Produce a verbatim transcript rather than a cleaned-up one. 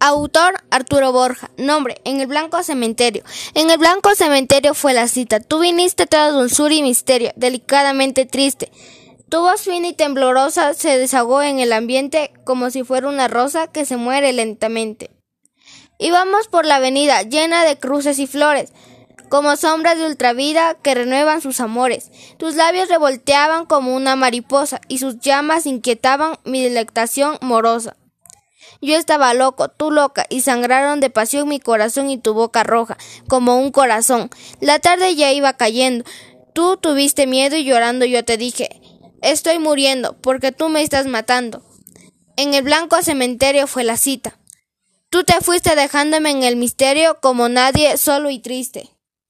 Autor Arturo Borja. Nombre: En el blanco cementerio. En el blanco cementerio fue la cita. Tú viniste toda dulzura y misterio, delicadamente triste. Tu voz fina y temblorosa se desahogó en el ambiente como si fuera una rosa que se muere lentamente. Íbamos por la avenida llena de cruces y flores, como sombras de ultravida que renuevan sus amores. Tus labios revolteaban como una mariposa y sus llamas inquietaban mi delectación morosa. Yo estaba loco, tú loca, y sangraron de pasión mi corazón y tu boca roja, como un corazón. La tarde ya iba cayendo. Tú tuviste miedo y llorando yo te dije: estoy muriendo, porque tú me estás matando. En el blanco cementerio fue la cita. Tú te fuiste dejándome en el misterio como nadie, solo y triste.